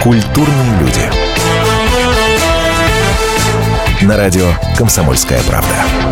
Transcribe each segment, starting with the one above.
Культурные люди. На радио «Комсомольская правда».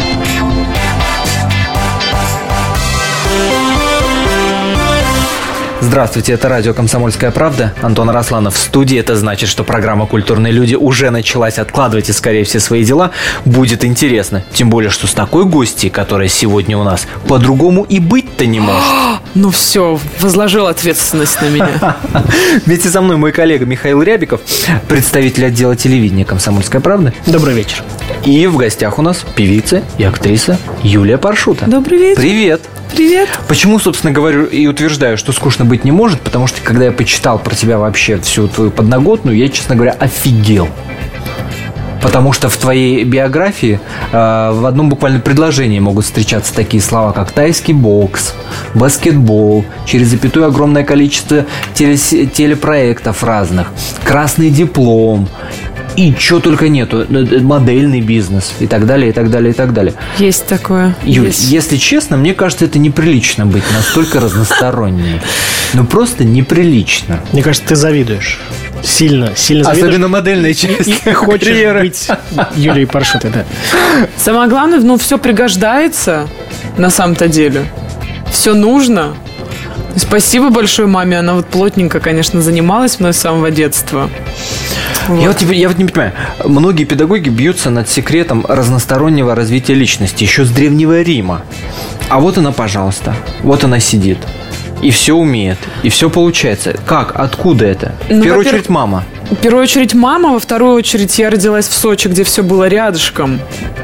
Здравствуйте, это радио «Комсомольская правда». Антон Арасланов в студии. Это значит, что программа «Культурные люди» уже началась. Откладывайте скорее все свои дела. Будет интересно. Тем более, что с такой гостьей, которая сегодня у нас, по-другому и быть-то не может. Ну все, возложил ответственность на меня. Вместе со мной мой коллега Михаил Рябиков, представитель отдела телевидения «Комсомольская правда». Добрый вечер. И в гостях у нас певица и актриса Юлия Паршута. Добрый вечер. Привет. Привет. Почему, собственно, говорю и утверждаю, что скучно быть не может? Потому что, когда я почитал про тебя вообще всю твою подноготную, я, честно говоря, офигел. Потому что в твоей биографии в одном буквально предложении могут встречаться такие слова, как тайский бокс, баскетбол, через запятую огромное количество телепроектов разных, красный диплом. И чего только нету, модельный бизнес и так далее, и так далее, и так далее. Есть такое. Юль, есть. Если честно, мне кажется, это неприлично быть настолько разносторонней. Ну, просто неприлично. Мне кажется, ты завидуешь. Сильно завидуешь. Особенно модельная часть. И хочешь быть Юлией Паршутой, да. Самое главное, все пригождается на самом-то деле. Все нужно. Спасибо большое маме. Она вот плотненько, конечно, занималась мной с самого детства. Вот. Я вот не понимаю. Многие педагоги бьются над секретом разностороннего развития личности еще с Древнего Рима. А вот она, пожалуйста. Вот она сидит. И все умеет. И все получается. Как? Откуда это? В первую очередь мама. В первую очередь мама. Во вторую очередь я родилась в Сочи, где все было рядышком.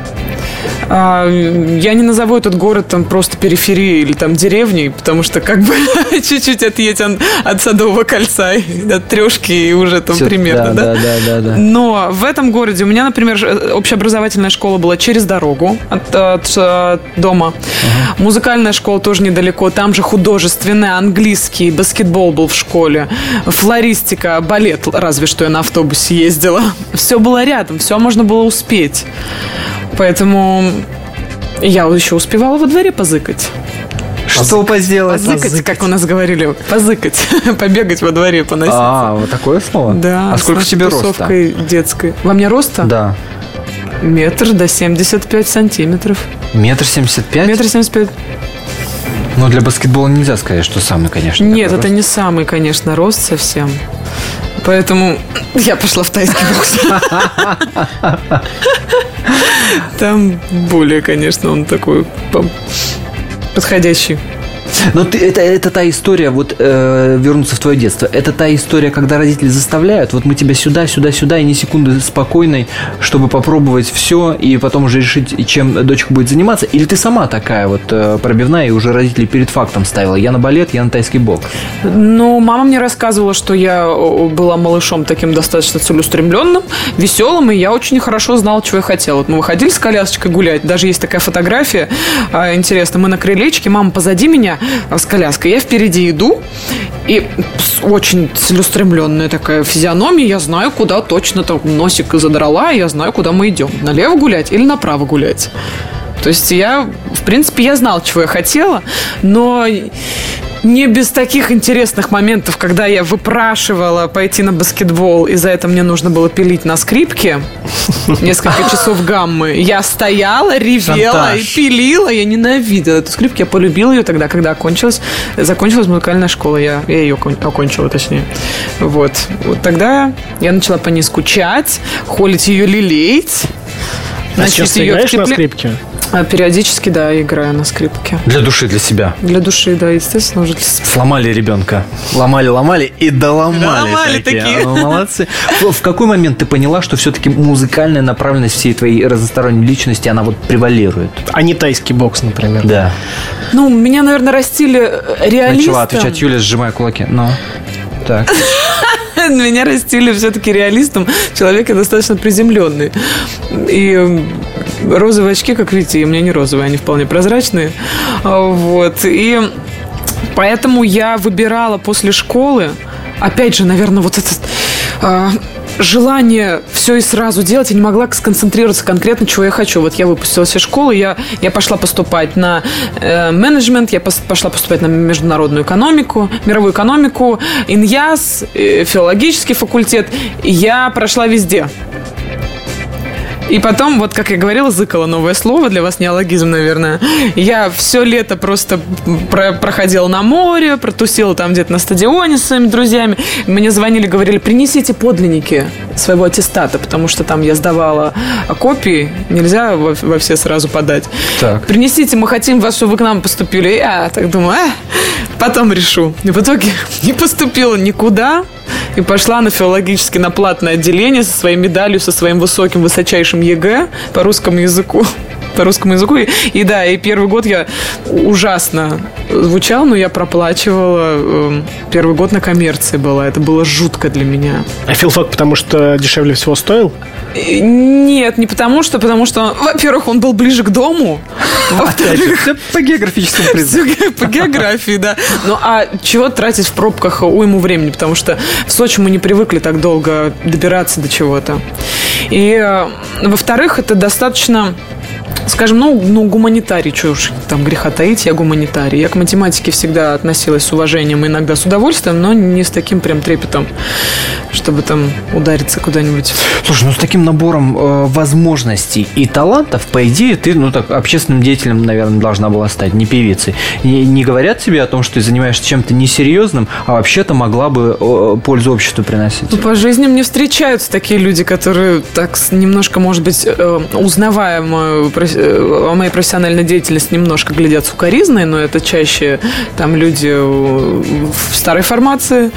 Я не назову этот город там просто периферией или там деревней, потому что как бы чуть-чуть отъедь от Садового кольца, от Трешки и уже там все, примерно, да? Да. Но в этом городе у меня, например, общеобразовательная школа была через дорогу от дома. Музыкальная школа тоже недалеко, там же художественная, английский, баскетбол был в школе, флористика, балет, разве что я на автобусе ездила. Все было рядом, все можно было успеть. Поэтому я еще успевала во дворе позыкать. Что позделать? Позыкать, как у нас говорили. Позыкать. Побегать во дворе, поноситься. Вот такое слово? Да. А сколько тебе роста? С тусовкой детской. Во мне роста? Да. 1,75 сантиметров. 1,75 1,75. Ну, для баскетбола нельзя сказать, что самый, конечно. Нет, это не самый, конечно, рост совсем. Поэтому я пошла в тайский бокс. Там более, конечно, он такой подходящий. Но это та история, вот вернуться в твое детство. Это та история, когда родители заставляют, вот мы тебя сюда, и ни секунды спокойной, чтобы попробовать все и потом уже решить, чем дочка будет заниматься. Или ты сама такая вот пробивная и уже родители перед фактом ставила: я на балет, я на тайский бокс? Ну, мама мне рассказывала, что я была малышом таким достаточно целеустремленным, веселым, и я очень хорошо знала, чего я хотела. Вот мы выходили с колясочкой гулять, даже есть такая фотография интересная. Мы на крылечке, мама позади меня с коляской, я впереди иду, и очень целеустремленная такая физиономия, я знаю, куда точно там носик задрала, я знаю, куда мы идем, налево гулять или направо гулять. То есть в принципе, я знала, чего я хотела, но не без таких интересных моментов, когда я выпрашивала пойти на баскетбол, и за это мне нужно было пилить на скрипке несколько часов гаммы. Я стояла, ревела и пилила. Я ненавидела эту скрипку. Я полюбила ее тогда, когда закончилась музыкальная школа. Я ее окончила, точнее. Вот тогда я начала по ней скучать, холить ее, лелеять. А сейчас ты играешь на скрипке? Периодически, да, играю на скрипке. Для души, для себя? Для души, да, естественно, уже для себя. Сломали ребенка. Ломали и доломали такие. Молодцы. В какой момент ты поняла, что все-таки музыкальная направленность всей твоей разносторонней личности, она вот превалирует? А не тайский бокс, например. Да. Ну, меня, наверное, растили реалистом. Начала отвечать Юля, сжимая кулаки. Так. Меня растили все-таки реалистом. Человек я достаточно приземленный. И розовые очки, как видите, у меня не розовые, они вполне прозрачные. Вот. И поэтому я выбирала после школы, опять же, наверное, вот этот желание все и сразу делать. Я не могла сконцентрироваться конкретно, чего я хочу. Вот я выпустилась из школы, я пошла поступать на менеджмент, я пошла поступать на международную экономику, мировую экономику, ИНЯС, филологический факультет. Я прошла везде. И потом, вот как я говорила, зыкала новое слово, для вас неологизм, наверное. Я все лето просто проходила на море, протусила там где-то на стадионе с своими друзьями. Мне звонили, говорили, принесите подлинники своего аттестата, потому что там я сдавала копии, нельзя во все сразу подать. Так. Принесите, мы хотим вас, чтобы вы к нам поступили. Я так думаю, потом решу. И в итоге не поступила никуда. И пошла на филологически на платное отделение со своей медалью, со своим высочайшим ЕГЭ по русскому языку. И да, и первый год я ужасно звучала, но я проплачивала. Первый год на коммерции была. Это было жутко для меня. А филфак потому что дешевле всего стоил? Нет, не потому что, во-первых, он был ближе к дому. Во-вторых, по географическому признаку. По географии, да. Ну, а чего тратить в пробках уйму времени? Потому что в Сочи мы не привыкли так долго добираться до чего-то. И, во-вторых, это достаточно... Скажем, гуманитарий, что уж там греха таить, я гуманитарий. Я к математике всегда относилась с уважением, иногда с удовольствием, но не с таким прям трепетом, чтобы там удариться куда-нибудь. Слушай, с таким набором возможностей и талантов, по идее, ты, общественным деятелем, наверное, должна была стать, не певицей. Не говорят тебе о том, что ты занимаешься чем-то несерьезным, а вообще-то могла бы пользу обществу приносить? По жизни мне встречаются такие люди, которые так немножко, может быть, узнавая о моей профессиональной деятельности, немножко глядят сукоризной, но это чаще там люди в старой формации.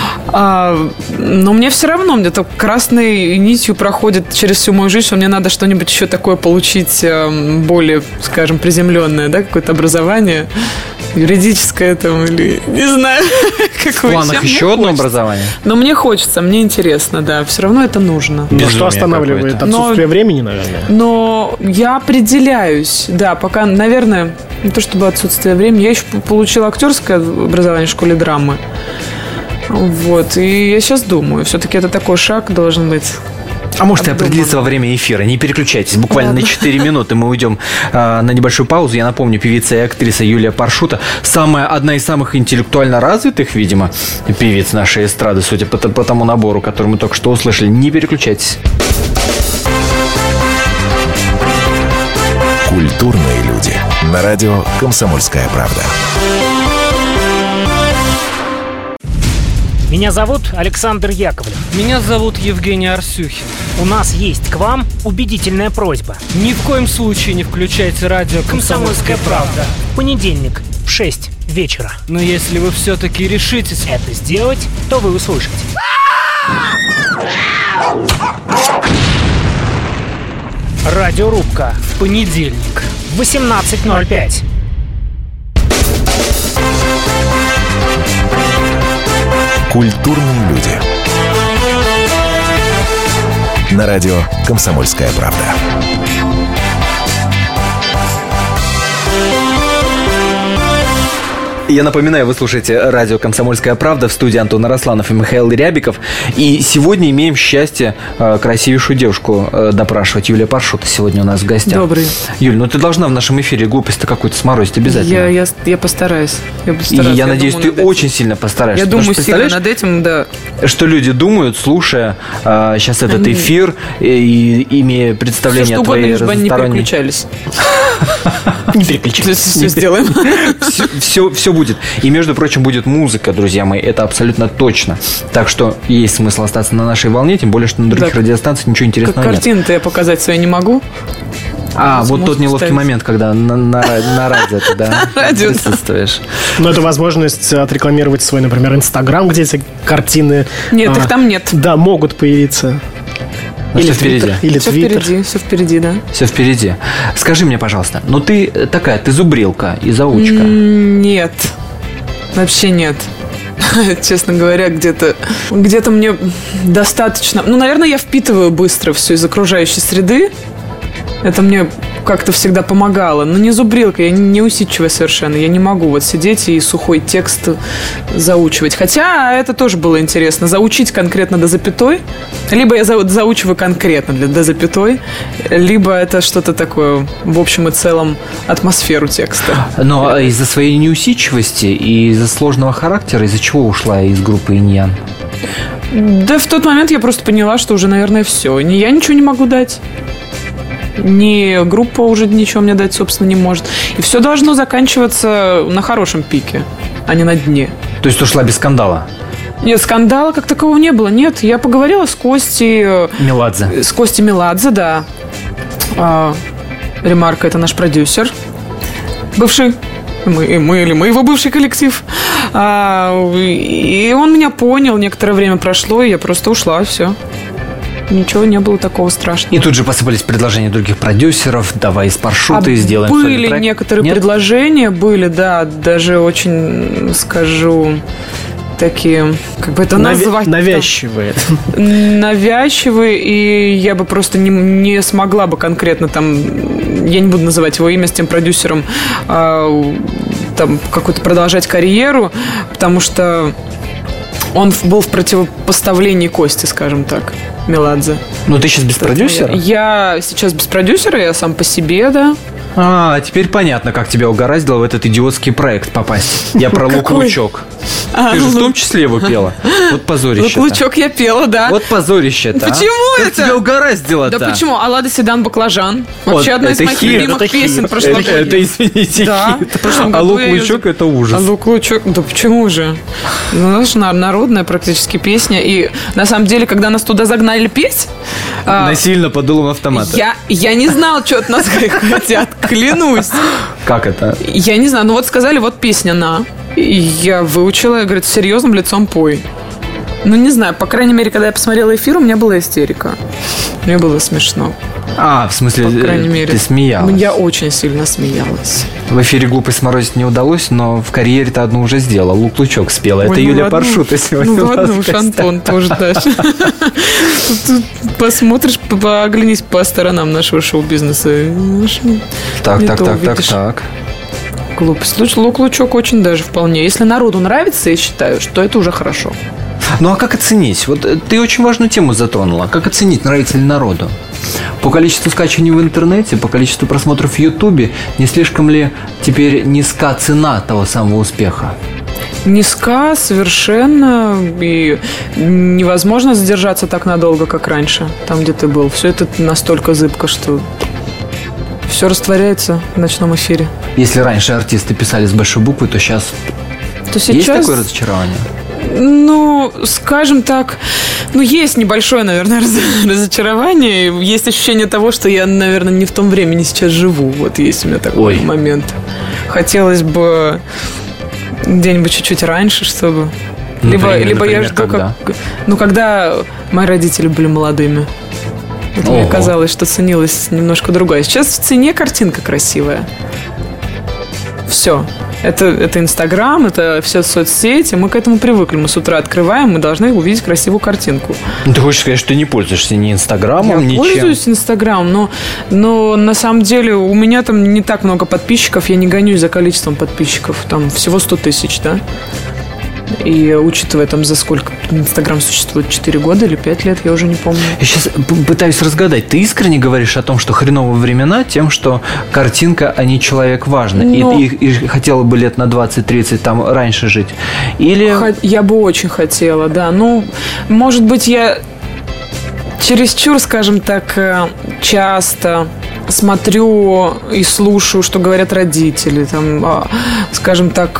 Но мне все равно, мне так красной нитью проходит через всю мою жизнь, что мне надо что-нибудь еще такое получить, более, скажем, приземленное, да, какое-то образование юридическое там, или не знаю. В планах еще одно образование? Но мне хочется, мне интересно, да, все равно это нужно. Но что останавливает? Отсутствие времени, наверное? Но я определяюсь, да, пока, наверное, не то чтобы отсутствие времени. Я еще получила актерское образование в школе драмы. Вот, и я сейчас думаю, все-таки это такой шаг должен быть. А может и определиться во время эфира. Не переключайтесь. Буквально на 4 минуты мы уйдем на небольшую паузу. Я напомню, певица и актриса Юлия Паршута. Одна из самых интеллектуально развитых, видимо, певиц нашей эстрады, судя по тому набору, который мы только что услышали. Не переключайтесь. Культурные люди. На радио «Комсомольская правда». Меня зовут Александр Яковлев. Меня зовут Евгений Арсюхин. У нас есть к вам убедительная просьба. Ни в коем случае не включайте радио «Комсомольская правда». В понедельник в 6 вечера. Но если вы все-таки решитесь это сделать, то вы услышите. Радиорубка. В понедельник. В 18:05. Культурные люди. На радио «Комсомольская правда». Я напоминаю, вы слушаете радио «Комсомольская правда», в студии Антон Арасланов и Михаил Рябиков. И сегодня имеем счастье красивейшую девушку допрашивать. Юлия Паршута сегодня у нас в гостях. Добрый. Юль, ты должна в нашем эфире глупость-то какую-то сморозить обязательно. Я постараюсь. И я надеюсь, ты очень сильно постараешься. Я думаю сильно над этим, да. Что люди думают, слушая сейчас этот эфир и имея представление о твоей разносторонней... Все, не переключались. Не переключайтесь. Все сделаем. Все будет. И, между прочим, будет музыка, друзья мои. Это абсолютно точно. Так что есть смысл остаться на нашей волне, тем более, что на других радиостанциях ничего интересного нет. Картины-то я показать свои не могу. Вот тот неловкий момент, когда на радио ты, да, присутствуешь. Но это возможность отрекламировать свой, например, Инстаграм, где эти картины... Нет, их там нет. Да, могут появиться. Или впереди. Или все впереди, все впереди, да. Все впереди. Скажи мне, пожалуйста, ты зубрилка и заучка? Нет, вообще нет. Честно говоря, где-то мне достаточно... наверное, я впитываю быстро все из окружающей среды. Это мне как-то всегда помогало. Но не зубрилка, я не усидчивая совершенно. Я не могу вот сидеть и сухой текст заучивать. Хотя это тоже было интересно. Заучить конкретно до запятой. Либо я заучиваю конкретно до запятой, либо это что-то такое, в общем и целом, атмосферу текста. Но из-за своей неусидчивости и из-за сложного характера, из-за чего ушла из группы Иньян? Да в тот момент я просто поняла, что уже, наверное, все. Я ничего не могу дать. Ни группа уже ничего мне дать, собственно, не может. И все должно заканчиваться на хорошем пике, а не на дне. То есть ушла без скандала? Нет, скандала как такового не было. Нет, я поговорила с Костей Меладзе. С Костей Меладзе, да. Ремарка — это наш продюсер. Бывший. Мы его бывший коллектив. И он меня понял. Некоторое время прошло, и я просто ушла, и все. Ничего не было такого страшного. И тут же посыпались предложения других продюсеров. Давай из паршута сделаем сольный были проект. некоторые предложения, были, да. Даже очень, скажу, такие, как бы это назвать? Навязчивые. Навязчивые, и я бы просто не смогла бы конкретно там, я не буду называть его имя, с тем продюсером там какую-то продолжать карьеру, потому что он был в противопоставлении Кости, скажем так, Меладзе. Ну, ты сейчас без продюсера? Я сейчас без продюсера, я сам по себе, да. Теперь понятно, как тебя угораздило в этот идиотский проект попасть. Я про Лук-Лучок. Ты же в том числе его пела. Вот позорище-то. Лук-Лучок я пела, да. Вот позорище-то. Почему как это? тебя угораздило-то? Да почему? «Аллада Седан Баклажан». Вообще одна из моих любимых песен прошлогодних. Это, извините, да, хит. А Лук-Лучок — это ужас. А Лук-Лучок, да почему же? Ну, наша народная практически песня. И на самом деле, когда нас туда загнали петь... Насильно под дулом автомата. Я не знал, что от нас хотят, клянусь. Как это? Я не знаю, ну вот сказали, вот песня «На». И я выучила, я говорю, серьезным лицом пой. Ну, не знаю, по крайней мере, когда я посмотрела эфир, у меня была истерика. Мне было смешно. В смысле, По крайней мере, ты смеялась? Я очень сильно смеялась. В эфире глупость сморозить не удалось, но в карьере-то одну уже сделала. Лук-Лучок спела. Это Юлия Паршута сегодня. Ну ладно уж, Антон тоже дальше. Посмотришь, оглянись по сторонам нашего шоу-бизнеса. Так. Глупость. Лук-Лучок очень даже вполне. Если народу нравится, я считаю, что это уже хорошо. Ну, а как оценить? Вот ты очень важную тему затронула. Как оценить, нравится ли народу? По количеству скачиваний в интернете, по количеству просмотров в Ютубе, не слишком ли теперь низка цена того самого успеха? Низка совершенно, и невозможно задержаться так надолго, как раньше, там, где ты был. Все это настолько зыбко, что все растворяется в ночном эфире. Если раньше артисты писали с большой буквы, то сейчас есть такое разочарование? Ну, скажем так, есть небольшое, наверное, разочарование. Есть ощущение того, что я, наверное, не в том времени сейчас живу. Вот есть у меня такой момент. Хотелось бы где-нибудь чуть-чуть раньше, чтобы... Либо я жду, когда мои родители были молодыми. Вот мне казалось, что ценилось немножко другое. Сейчас в цене картинка красивая. Все. Это Инстаграм, это все соцсети. Мы к этому привыкли. Мы с утра открываем, мы должны увидеть красивую картинку. Ну, ты хочешь сказать, что ты не пользуешься ни Инстаграмом, ничем? Я пользуюсь Инстаграмом, но на самом деле у меня там не так много подписчиков. Я не гонюсь за количеством подписчиков. Там всего 100 тысяч, да? И учитывая там, за сколько Инстаграм существует, 4 года или 5 лет, я уже не помню. Я сейчас пытаюсь разгадать. Ты искренне говоришь о том, что хреновые времена тем, что картинка, а не человек важна. И хотела бы лет на 20-30 там раньше жить? Или... Я бы очень хотела, да. Ну, может быть, я чересчур, скажем так, часто смотрю и слушаю, что говорят родители. Там, скажем так...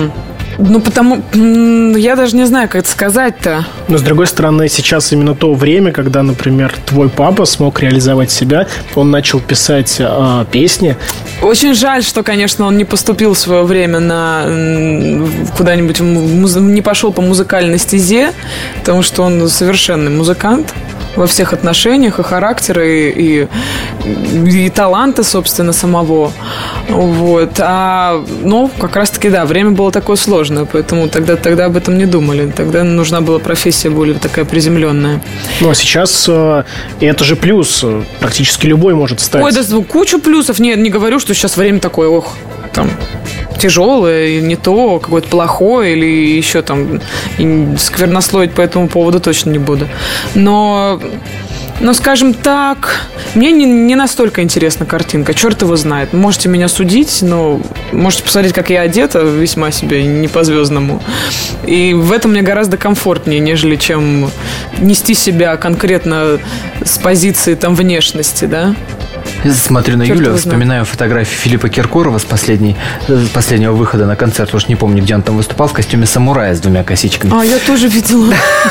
я даже не знаю, как это сказать-то. Но, с другой стороны, сейчас именно то время, когда, например, твой папа смог реализовать себя, он начал писать песни. Очень жаль, что, конечно, он не поступил в свое время куда-нибудь, не пошел по музыкальной стезе, потому что он совершенный музыкант. во всех отношениях, и характера, и таланта, собственно, самого. Вот. Но как раз-таки, да, время было такое сложное, поэтому тогда об этом не думали. Тогда нужна была профессия более такая приземленная. Ну, а сейчас это же плюс. Практически любой может стать. Ой, да кучу плюсов. Нет, не говорю, что сейчас время такое, там, тяжелое, не то, какое-то плохое, или еще там сквернословить по этому поводу точно не буду. Но скажем так, мне не настолько интересна картинка. Черт его знает. Можете меня судить, но можете посмотреть, как я одета, весьма себе не по-звездному. И в этом мне гораздо комфортнее, нежели чем нести себя конкретно с позиции там внешности, да. Я смотрю на Юлю, вспоминаю фотографию Филиппа Киркорова с последнего выхода на концерт. Уж не помню, где он там выступал, в костюме самурая с 2 косичками. Я тоже видела.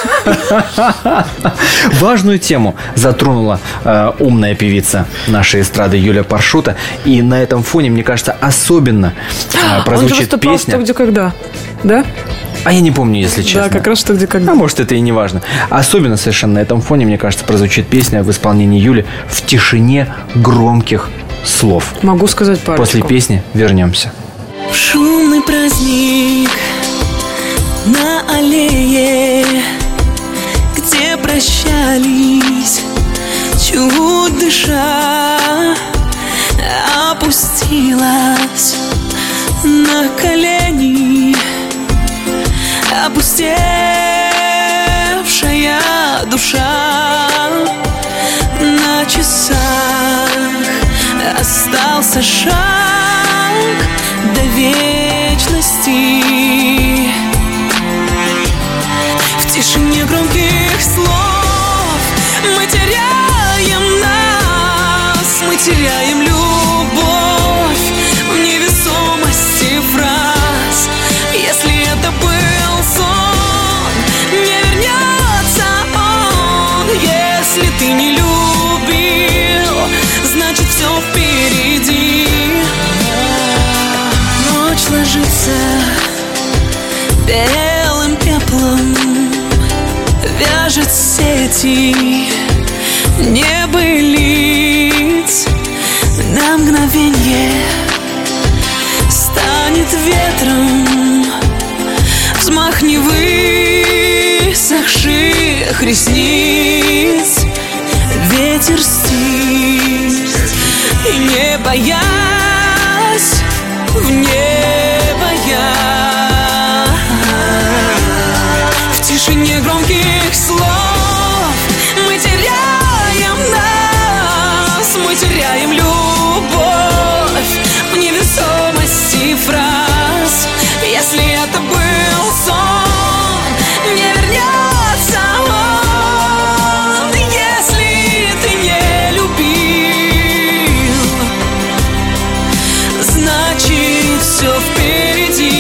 Важную тему затронула умная певица нашей эстрады Юля Паршута. И на этом фоне, мне кажется, особенно прозвучит он же выступал песня. «Что, где, когда», да? А я не помню, если честно. Да, как раз «Что, где, когда». А может, это и не важно. Особенно совершенно на этом фоне, мне кажется, прозвучит песня в исполнении Юли в тишине громких слов. Могу сказать парочку. После песни вернемся. Шумный праздник на аллее, где прощались, чуть дыша, опустилась на колени. Опустевшая душа, на часах остался шаг до вечности. В тишине громких слов мы теряем нас, мы теряем любовь в невесомости фраз. Если это был сон, не вернется он. Если ты не любил, значит все впереди. Ночь ложится белым пеплом, вяжет сети небылиц. На мгновенье станет ветром взмах невысохших ресниц. Ветер стих, и не боясь, в небо я. В тишине громких слов мы теряем нас, мы теряем любовь в невесомости фраз. Если это был сон, не вернется он. Если ты не любил, значит все впереди.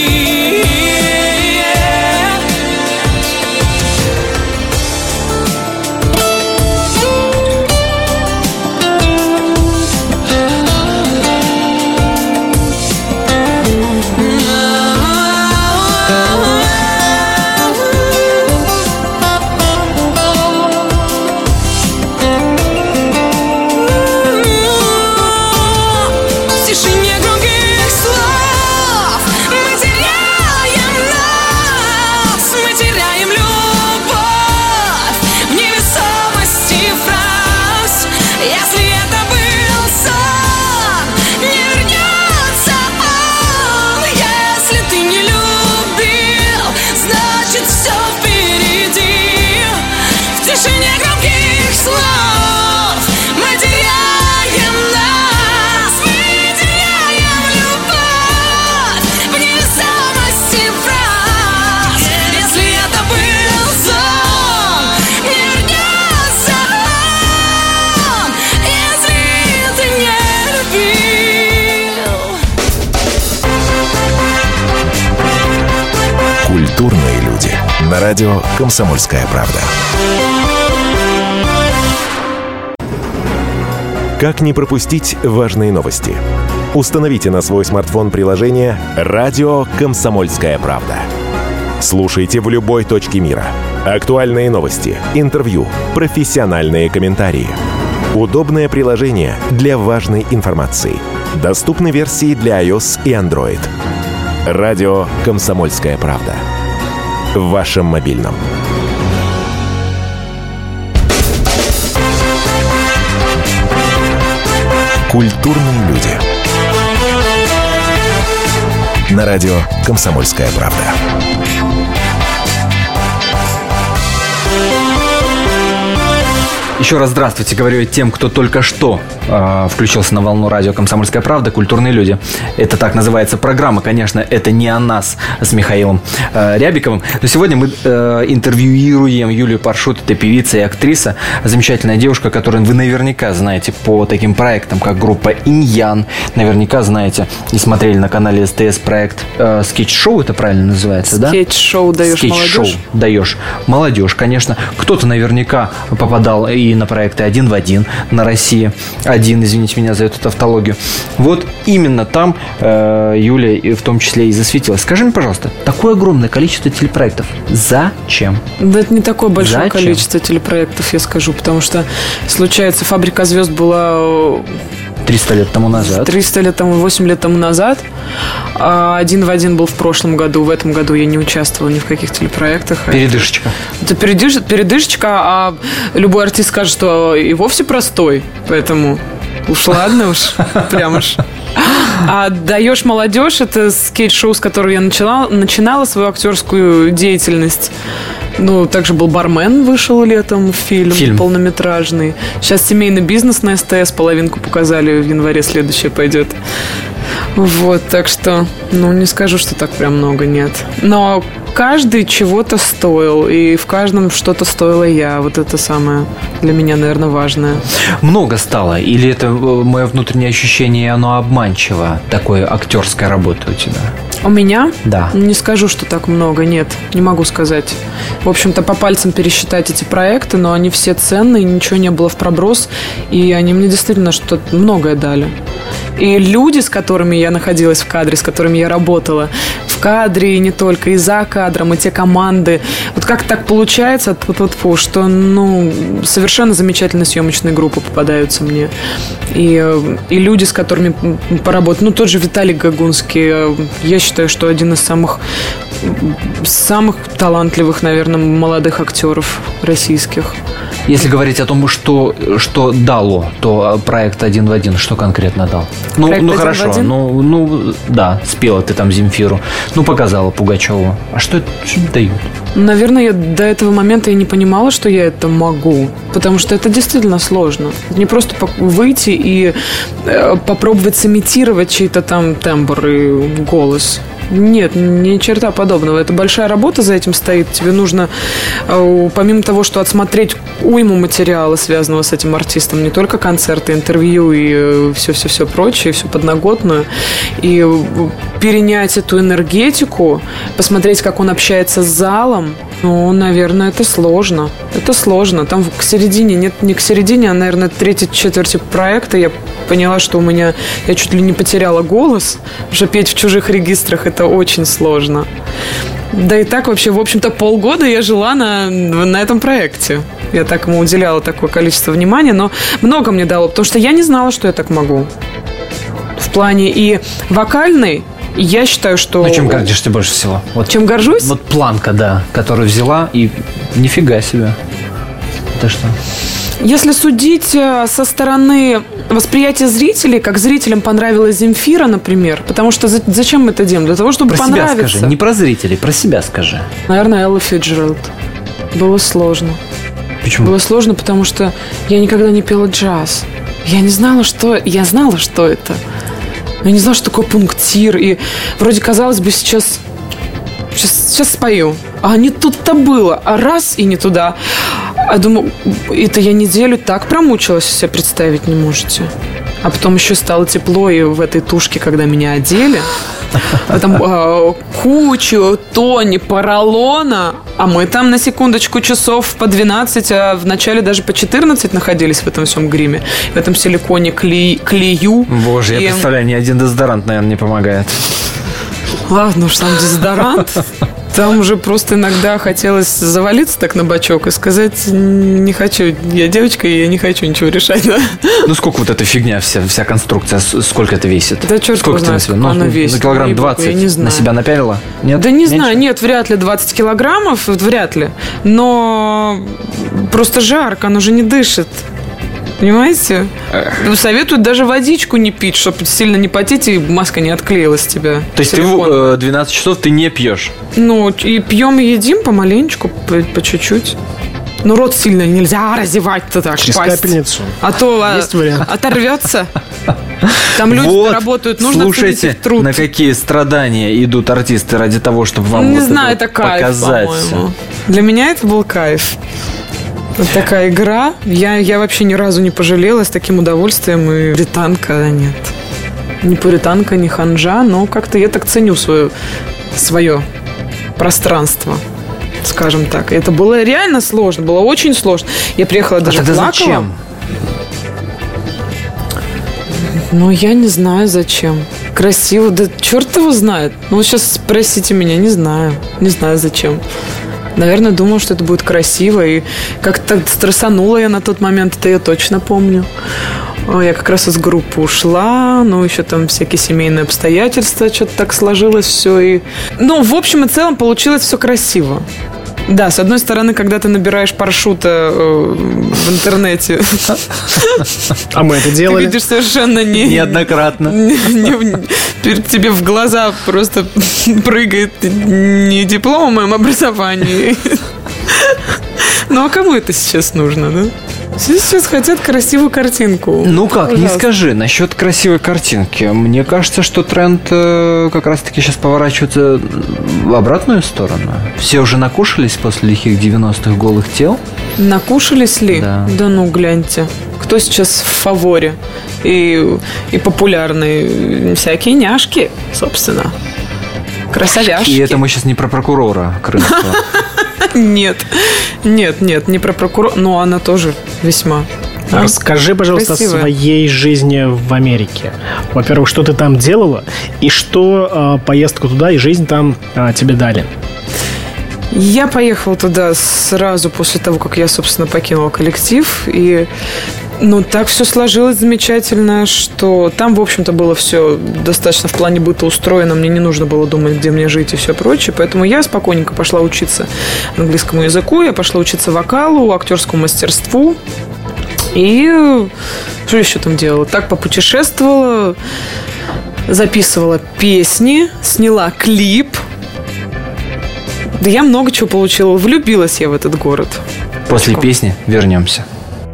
Культурные люди. На радио «Комсомольская правда». Как не пропустить важные новости? Установите на свой смартфон приложение «Радио Комсомольская правда». Слушайте в любой точке мира. Актуальные новости, интервью, профессиональные комментарии. Удобное приложение для важной информации. Доступны версии для iOS и Android. Радио «Комсомольская правда». В вашем мобильном. Культурные люди. На радио «Комсомольская правда». Еще раз здравствуйте, говорю я тем, кто только что включился на волну радио «Комсомольская правда», «Культурные люди». Это так называется программа, конечно, это не о нас с Михаилом Рябиковым. Но сегодня мы интервьюируем Юлию Паршут, это певица и актриса, замечательная девушка, которую вы наверняка знаете по таким проектам, как группа «Инь-Ян». Наверняка знаете и смотрели на канале СТС проект «Скетч-шоу», это правильно называется, да? Скетч-шоу «Даешь Скетч-шоу молодежь». «Даешь молодежь», конечно. Кто-то наверняка попадал и на проекты «Один в один» на России. Один, извините меня за эту тавтологию. Вот именно там Юля в том числе и засветилась. Скажи мне, пожалуйста, такое огромное количество телепроектов. Зачем? Да это не такое большое Зачем? количество телепроектов, я скажу, потому что, случается, «Фабрика звезд» была 300 лет тому назад. 300 лет тому, 8 лет тому назад. А «Один в один» был в прошлом году. В этом году я не участвовала ни в каких телепроектах. Передышечка. Это передышечка, а любой артист скажет, что и вовсе простой. Поэтому уж ладно уж, прям уж. А «Даешь молодежь» — это скетч-шоу, с которого я начинала свою актерскую деятельность. Ну, также был «Бармен», вышел летом фильм полнометражный. Сейчас «Семейный бизнес» на СТС, половинку показали, в январе следующее пойдет. Вот, так что, не скажу, что так прям много, нет. Но каждый чего-то стоил, и в каждом что-то стоила я. Вот это самое для меня, наверное, важное. Много стало? Или это мое внутреннее ощущение, оно обманчиво? Такое актерская работа у тебя? У меня? Да. Не скажу, что так много, нет, не могу сказать. В общем-то, по пальцам пересчитать эти проекты, но они все ценные, ничего не было в проброс, и они мне действительно что-то многое дали. И люди, с которыми я находилась в кадре, с которыми я работала в кадре, и не только, и за кадром, и те команды. Вот как так получается, что, совершенно замечательные съемочные группы попадаются мне. И люди, с которыми поработать. Тот же Виталий Гагунский, я считаю, что один из самых талантливых, наверное, молодых актеров российских. Если говорить о том, что дало, то проект «Один в один», что конкретно дал? Хорошо, да, спела ты там Земфиру, показала Пугачеву. А что это дают? Наверное, я до этого момента и не понимала, что я это могу, потому что это действительно сложно. Не просто выйти и попробовать сымитировать чей-то там тембр и голос. Нет, ни черта подобного. Это большая работа за этим стоит. Тебе нужно, помимо того, что отсмотреть уйму материала, связанного с этим артистом, не только концерты, интервью и все-все-все прочее, всю подноготную, и перенять эту энергетику, посмотреть, как он общается с залом, наверное, это сложно. Это сложно. Там к середине, нет, не к середине, а, наверное, третьей четверти проекта я поняла, что я чуть ли не потеряла голос. Уже петь в чужих регистрах — это очень сложно. Да и так вообще, в общем-то, полгода я жила на этом проекте. Я так ему уделяла такое количество внимания, но много мне дало, потому что я не знала, что я так могу. В плане и вокальной, я считаю, что... Чем гордишься больше всего? Чем горжусь? Вот планка, да, которую взяла, и нифига себе. Это что? Если судить со стороны восприятия зрителей, как зрителям понравилась Земфира, например, потому что зачем мы это делаем? Для того, чтобы понравиться. Про себя скажи, не про зрителей, про себя скажи. Наверное, Элла Фицджеральд. Было сложно. Почему? Было сложно, потому что я никогда не пела джаз. Я не знала, что... Я знала, что это. Но я не знала, что такое пунктир. И вроде казалось бы, сейчас спою. А не тут-то было. А раз и не туда. А думаю, это я неделю так промучилась, себе представить не можете. А потом еще стало тепло и в этой тушке, когда меня одели. Там кучу тони поролона. А мы там на секундочку часов по 12, а в начале даже по 14 находились в этом всем гриме. В этом силиконе клею. Боже, я представляю, ни один дезодорант, наверное, не помогает. Ладно уж, сам дезодорант. Там уже просто иногда хотелось завалиться так на бочок и сказать: не хочу, я девочка, и я не хочу ничего решать. Да? Ну, сколько вот эта фигня, вся конструкция, сколько это весит? Да черт его знает, сколько она весит. Килограмм 20 на себя напялила? Нет? Да не знаю, нет, вряд ли 20 килограммов, вряд ли. Но просто жарко, оно же не дышит. Понимаете? Советуют даже водичку не пить, чтобы сильно не потеть и маска не отклеилась с тебя. То есть ты 12 часов ты не пьешь? Ну, и пьем и едим помаленечку, по чуть-чуть. Но рот сильно нельзя разевать-то так. Через капельницу. А то оторвется. Там люди работают, нужно слушайте, в труд. На какие страдания идут артисты ради того, чтобы вам не вот знаю, это кайф, показать. по-моему. Для меня это был кайф. Вот такая игра. Я вообще ни разу не пожалела, с таким удовольствием. И пуританка, нет. Не пуританка, не ханжа, но как-то я так ценю свое пространство, скажем так. И это было реально сложно, было очень сложно. Я приехала, даже плакала. Зачем? Ну, я не знаю, зачем. Красиво, да черт его знает. Ну, вот сейчас спросите меня, не знаю. Не знаю, зачем. Наверное, думала, что это будет красиво. И как-то стрессанула я на тот момент, это я точно помню. Я как раз из группы ушла, ну, еще там всякие семейные обстоятельства, что-то так сложилось все. И... Ну, в общем и целом получилось все красиво. Да, с одной стороны, когда ты набираешь паршута в интернете, а мы это делали. Ты видишь совершенно неоднократно. Перед тебе в глаза просто прыгает не диплом о моем образовании. Ну, а кому это сейчас нужно, да? Все сейчас хотят красивую картинку. Ну как, пожалуйста. Не скажи, насчет красивой картинки. Мне кажется, что тренд как раз-таки сейчас поворачивается в обратную сторону. Все уже накушались после лихих 90-х голых тел. Накушались ли? Да ну, гляньте. Кто сейчас в фаворе и популярные? Всякие няшки, собственно. Красавяшки. И это мы сейчас не про прокурора крымского. Нет, не про прокурора, но она тоже весьма. Расскажи, пожалуйста, красивая. О своей жизни в Америке. Во-первых, что ты там делала, и что поездку туда и жизнь там тебе дали? Я поехала туда сразу после того, как я, собственно, покинула коллектив. И, так все сложилось замечательно, что там, в общем-то, было все достаточно в плане быта устроено. Мне не нужно было думать, где мне жить и все прочее. Поэтому я спокойненько пошла учиться английскому языку, я пошла учиться вокалу, актерскому мастерству. И что еще там делала? Так попутешествовала, записывала песни, сняла клип. Да я много чего получила. Влюбилась я в этот город. После песни вернемся.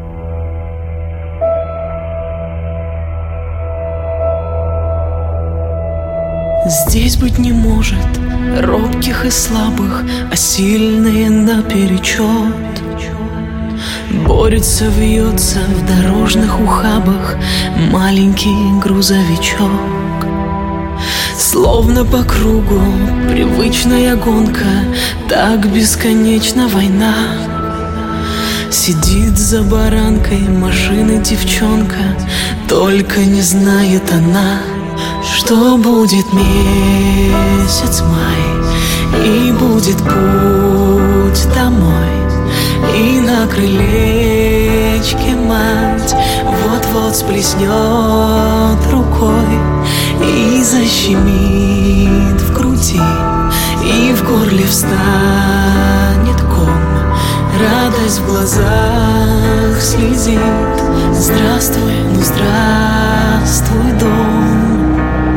Здесь быть не может робких и слабых, а сильные наперечет. Борется, вьется в дорожных ухабах маленький грузовичок. Словно по кругу привычная гонка, так бесконечна война. Сидит за баранкой машины девчонка, только не знает она, что будет месяц май, и будет путь домой. И на крылечке мать вот-вот сплеснет рукой и защемит в груди, и в горле встанет ком, радость в глазах слезит. Здравствуй, ну здравствуй, дом.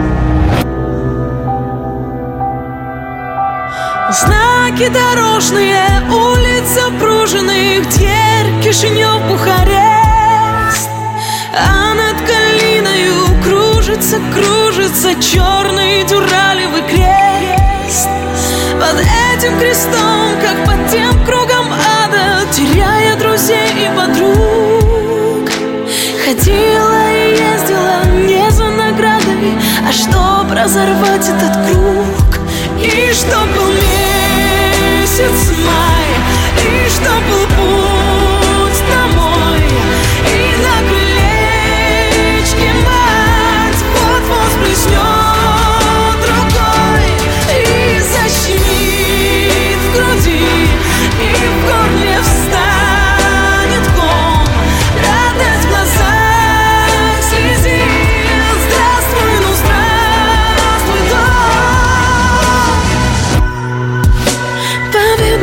Знаки дорожные, улиц запруженных, Тверь, Кишинев, Бухарест. А над Калиною кружится черный дюралевый крест. Под этим крестом, как под тем кругом ада, теряя друзей и подруг, ходила и ездила не за наградой, а чтоб разорвать этот круг. И чтоб был месяц май, и чтоб был путь домой, и на крылечке мать вот-вот сплеснет рукой и защемит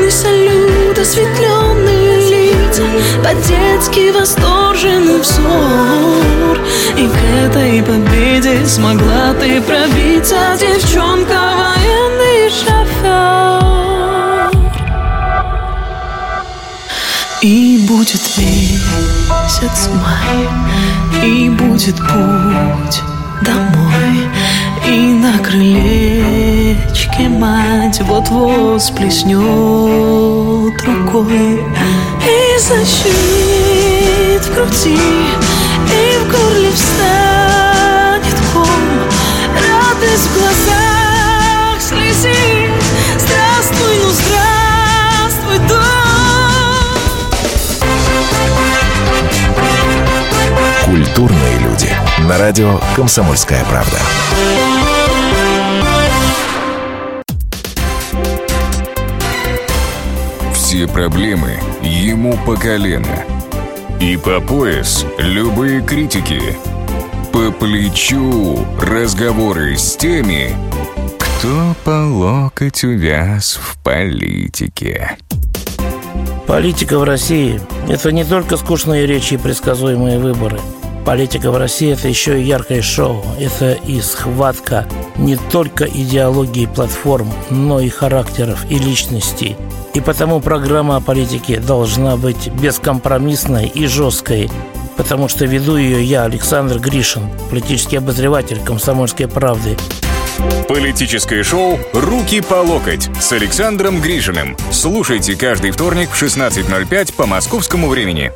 Радостный салют, осветленные лица, по-детски восторженный взор. И к этой победе смогла ты пробиться, девчонка, военный шофер. И будет месяц май, и будет путь домой, и на крылечке мать вот-вот сплеснет рукой, и защит в груди, и в горле встанет ком, радость в глазах слезит. Здравствуй, ну здравствуй, дом. Культурные люди. На радио «Комсомольская правда». Все проблемы ему по колено. И по пояс любые критики. По плечу разговоры с теми, кто по локоть увяз в политике. Политика в России – это не только скучные речи и предсказуемые выборы. Политика в России – это еще и яркое шоу. Это и схватка не только идеологии платформ, но и характеров и личностей. И потому программа о политике должна быть бескомпромиссной и жесткой. Потому что веду ее я, Александр Гришин, политический обозреватель «Комсомольской правды». Политическое шоу «Руки по локоть» с Александром Гришиным. Слушайте каждый вторник в 16:05 по московскому времени.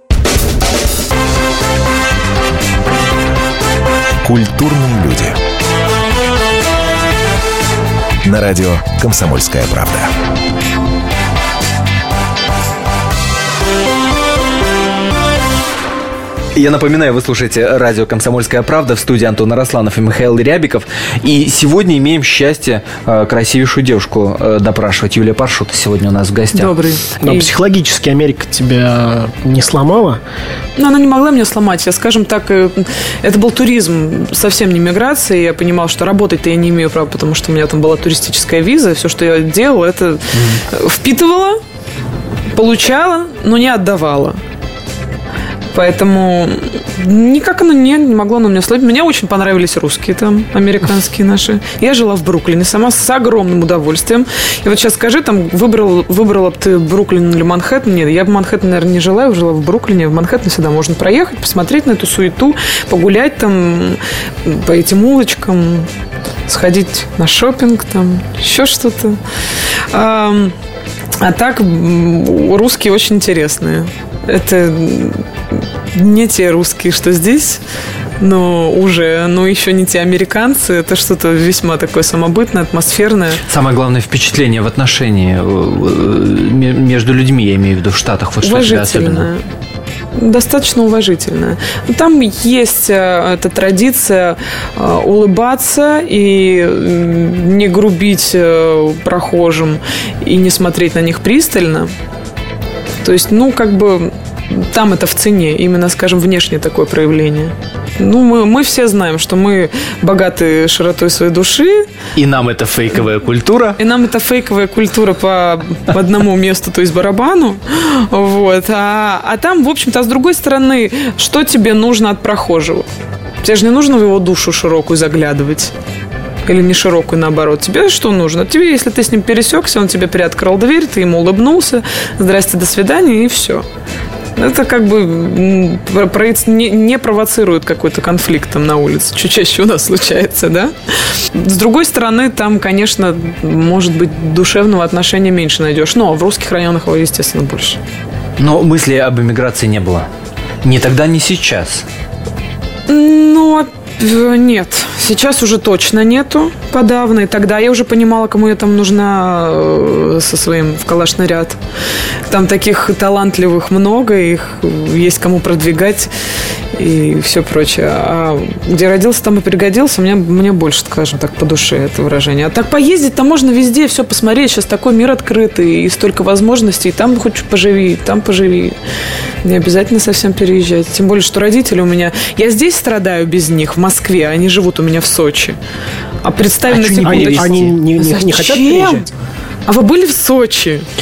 Культурные люди. На радио «Комсомольская правда». Я напоминаю, вы слушаете радио «Комсомольская правда», в студии Антон Арасланов и Михаил Рябиков. И сегодня имеем счастье красивейшую девушку допрашивать. Юлия Паршута сегодня у нас в гостях. Добрый. Но психологически Америка тебя не сломала? Ну, она не могла меня сломать. Я, скажем так, это был туризм, совсем не миграция. Я понимала, что работать-то я не имею права, потому что у меня там была туристическая виза. Все, что я делала, это впитывала, получала, но не отдавала. Поэтому никак оно не могло на меня сломить. Мне очень понравились русские там, американские наши. Я жила в Бруклине сама с огромным удовольствием. И вот сейчас скажи, там, выбрала бы ты Бруклин или Манхэттен? Нет, я в Манхэттене, наверное, не жила, я жила в Бруклине. В Манхэттен всегда можно проехать, посмотреть на эту суету, погулять там по этим улочкам, сходить на шопинг, там, еще что-то. А так, русские очень интересные. Это не те русские, что здесь, но еще не те американцы. Это что-то весьма такое самобытное, атмосферное. Самое главное впечатление в отношении между людьми, я имею в виду, в Штатах. Вот что тебя особенно... Достаточно уважительная. Там есть эта традиция улыбаться и не грубить прохожим и не смотреть на них пристально. То есть, там это в цене, именно, скажем, внешнее такое проявление. Мы все знаем, что мы богаты широтой своей души. И нам это фейковая культура. По одному месту, то есть барабану. Вот. А там, в общем-то, с другой стороны, что тебе нужно от прохожего? Тебе же не нужно в его душу широкую заглядывать. Или не широкую, наоборот. Тебе что нужно? Тебе, если ты с ним пересекся, он тебе приоткрыл дверь, ты ему улыбнулся, здрасте, до свидания, и все. Это не провоцирует какой-то конфликт там на улице. Чуть чаще у нас случается, да? С другой стороны, там, конечно, может быть, душевного отношения меньше найдешь. Но в русских районах его, естественно, больше. Но мысли об эмиграции не было. Ни тогда, ни сейчас. Нет, сейчас уже точно нету, подавно. И тогда я уже понимала, кому я там нужна со своим в калашный ряд. Там таких талантливых много, их есть кому продвигать и все прочее. А где родился, там и пригодился. Мне больше, скажем так, по душе это выражение. А так поездить-то можно везде, все посмотреть. Сейчас такой мир открытый и столько возможностей. Там хочешь поживи, там поживи. Не обязательно совсем переезжать. Тем более, что родители у меня... Я здесь страдаю без них, в Москве, а они живут у меня в Сочи. А представим на секундочку. Они не хотят переезжать? А вы были в Сочи?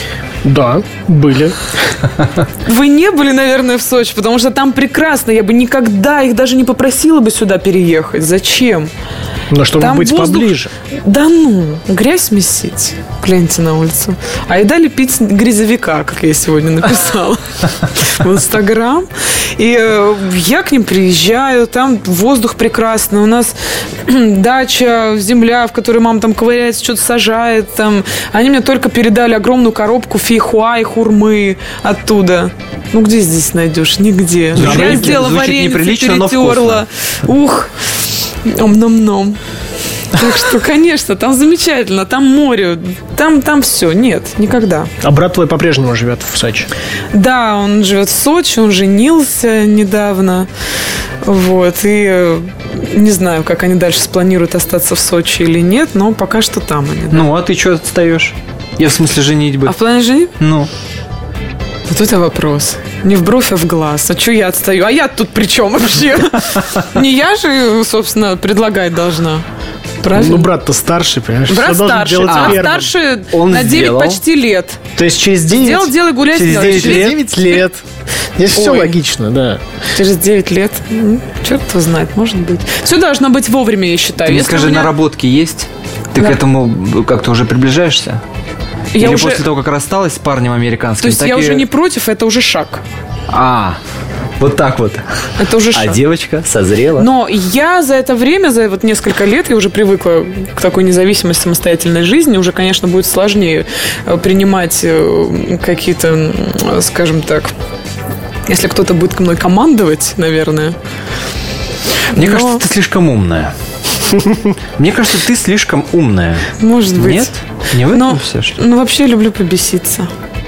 Да, были. Вы не были, наверное, в Сочи, потому что там прекрасно. Я бы никогда их даже не попросила бы сюда переехать. Зачем? Но чтобы там быть воздух... поближе. Да ну, грязь месить. Гляньте на улицу. А еда лепить грязовика, как я сегодня написала в Инстаграм. И я к ним приезжаю, там воздух прекрасный. У нас дача, земля, в которой мама там ковыряется, что-то сажает. Там. Они мне только передали огромную коробку фейхуа и хурмы оттуда. Ну, где здесь найдешь? Нигде. Я сделала варенье, перетерла. Ух, ом-ном-ном. Так что, конечно, там замечательно, там море, там все, нет, никогда. А брат твой по-прежнему живет в Сочи? Да, он живет в Сочи, он женился недавно, вот, и не знаю, как они дальше спланируют остаться в Сочи или нет, но пока что там они. Да. Ну, а ты что отстаешь? Я в смысле женитьбы. А в плане женитьбы? Ну. Вот это вопрос. Не в бровь, а в глаз. А что я отстаю? А я тут при чем вообще? Не я же, собственно, предлагать должна. Правильно? Ну, брат-то старший, понимаешь? Брат старше, старше он на 9 сделал. Почти лет. То есть через 9... Сделал, делай, гуляй. Через 9 лет. Здесь все логично, да. Через 9 лет. Черт его знает, может быть. Все должно быть вовремя, я считаю. Ты мне скажи, наработки есть? Ты к этому как-то уже приближаешься? Или уже... после того, как рассталась с парнем американским? То есть я уже не против, это уже шаг. Вот так вот. Это уже шаг. А девочка созрела. Но я за это время, за вот несколько лет, я уже привыкла к такой независимой, самостоятельной жизни. Уже, конечно, будет сложнее принимать какие-то, скажем так, если кто-то будет мной командовать, наверное. Мне кажется, ты слишком умная. Мне кажется, ты слишком умная. Может быть. Нет? Не в этом все, что ли? Ну, вообще люблю побеситься.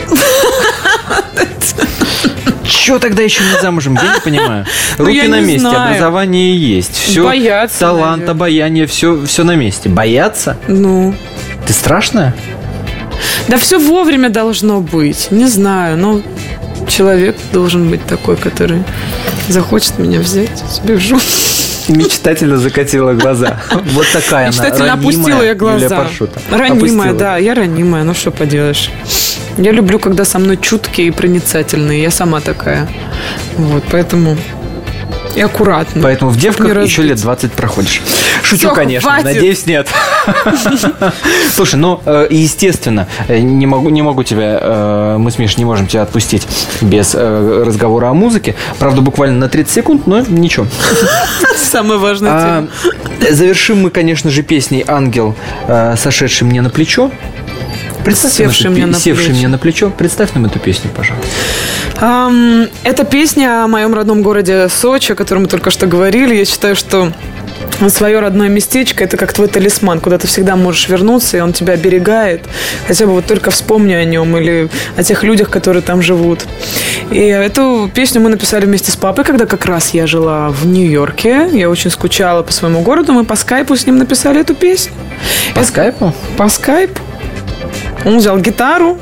Чего тогда еще не замужем? Я не понимаю. Руки на месте, образование есть. Все, боятся, талант, наверное. Обаяние, все на месте. Боятся? Ну. Ты страшная? Да все вовремя должно быть. Не знаю, но человек должен быть такой, который захочет меня взять себе в жены. Мечтательно закатила глаза. Вот такая она, мечтательно опустила я глаза. Ранимая, да, я ранимая, ну что поделаешь. Я люблю, когда со мной чуткие и проницательные. Я сама такая. Вот, поэтому и аккуратно. Поэтому в девках еще лет 20 проходишь. Шучу, всё, конечно. хватит. Надеюсь, нет. Слушай, ну, естественно, не могу тебя, мы с Мишей не можем тебя отпустить без разговора о музыке. Правда, буквально на 30 секунд, но ничего. Самая важная тема. Завершим мы, конечно же, песней «Ангел», сошедший мне на плечо. Севший мне на плечо. Представь нам эту песню, пожалуйста. Это песня о моем родном городе Сочи, о котором мы только что говорили. Я считаю, что свое родное местечко – это как твой талисман, куда ты всегда можешь вернуться, и он тебя оберегает. Хотя бы вот только вспомни о нем или о тех людях, которые там живут. И эту песню мы написали вместе с папой, когда как раз я жила в Нью-Йорке. Я очень скучала по своему городу. Мы по скайпу с ним написали эту песню. По скайпу? По скайпу. Он взял гитару,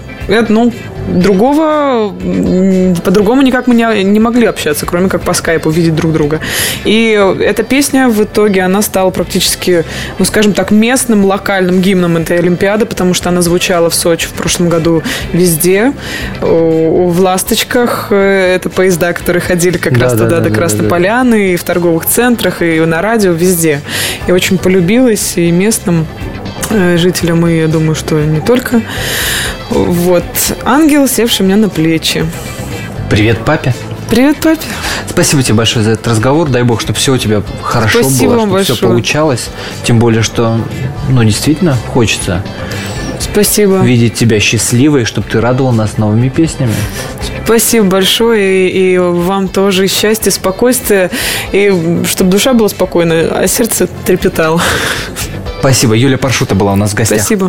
по-другому никак мы не могли общаться, кроме как по скайпу, видеть друг друга. И эта песня в итоге, она стала практически, ну, скажем так, местным, локальным гимном этой Олимпиады, потому что она звучала в Сочи в прошлом году везде. В «Ласточках» это поезда, которые ходили как раз туда, до Красной Поляны, и в торговых центрах, и на радио, везде. И очень полюбилась и местным жителям, и я думаю, что не только. Вот. «Ангел, севший мне на плечи». Привет, папе. Привет, папе. Спасибо тебе большое за этот разговор. Дай бог, чтобы все у тебя хорошо Спасибо было, вам чтобы большое. все получалось. Тем более, что, действительно хочется Спасибо. видеть тебя счастливой, чтобы ты радовал нас новыми песнями. Спасибо большое. И вам тоже счастья, спокойствия. И чтобы душа была спокойна, а сердце трепетало. Спасибо. Юлия Паршута была у нас в гостях. Спасибо.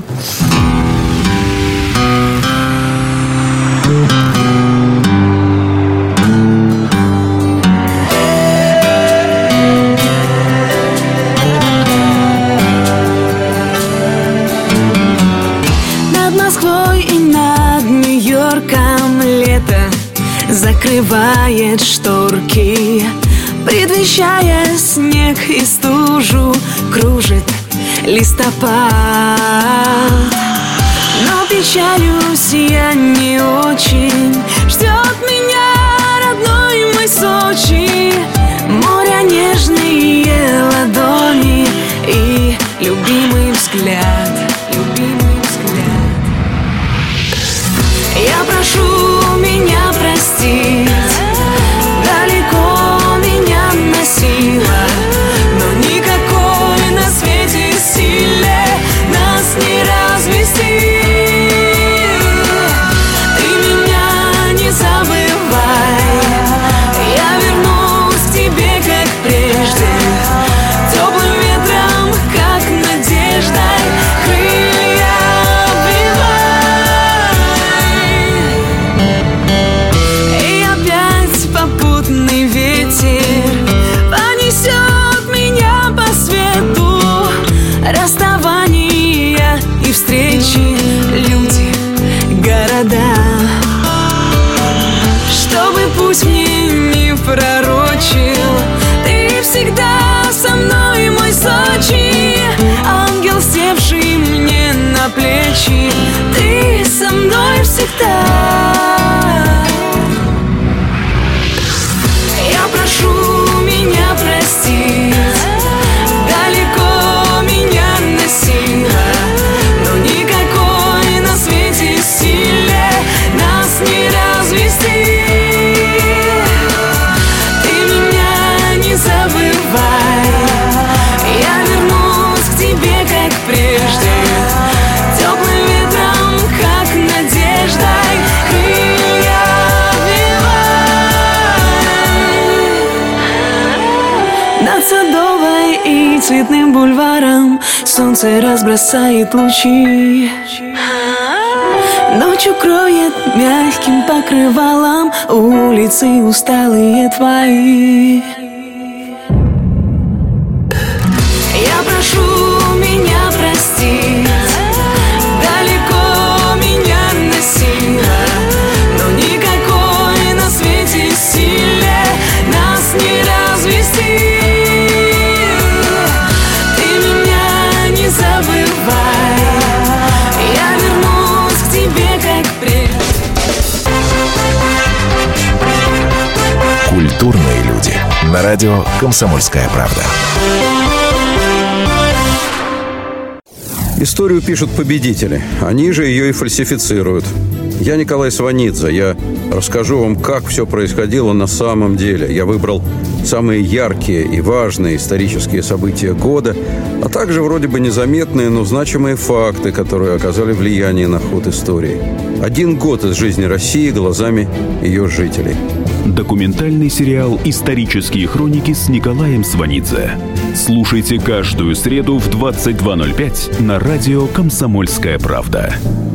Над Москвой и над Нью-Йорком лето закрывает шторки, предвещая снег и стужу, кружит листопад. но печалюсь я не очень. Ждет меня родной мой Сочи, море, нежные ладони и любимый взгляд, любимый взгляд. Я прошу меня простить, далеко меня носила, но никакой на свете силе нас не развести. Ты меня не забывай, я вернусь к тебе, как прежде, теплым ветром, как надеждой, крылья обвивай. И опять попутный ветер понесет меня по свету, расставания и встречи, люди, города. Чтобы пусть мне не пророчил, ты всегда со мной, мой Сочи, ангел, севший мне на плечи, ты со мной всегда. Я прошу меня простить, далеко меня носила, но никакой на свете силе нас не развести. Ты меня не забывай, я вернусь к тебе, как прежде, теплым ветром, как надеждой, крылья обвивай. Над Садовой и Цветным бульваром солнце разбросает лучи, ночь укроет мягким покрывалом улицы усталые твои. Я прошу меня простить, далеко меня носила, но никакой на свете силе нас не развести. Ты меня не забывай, я вернусь к тебе, как прежде. Культурные люди. На радио «Комсомольская правда». Историю пишут победители. Они же ее и фальсифицируют. Я Николай Сванидзе. Я расскажу вам, как все происходило на самом деле. Я выбрал самые яркие и важные исторические события года, а также вроде бы незаметные, но значимые факты, которые оказали влияние на ход истории. 1 год из жизни России глазами ее жителей. Документальный сериал «Исторические хроники» с Николаем Сванидзе. Слушайте каждую среду в 22:05 на радио «Комсомольская правда».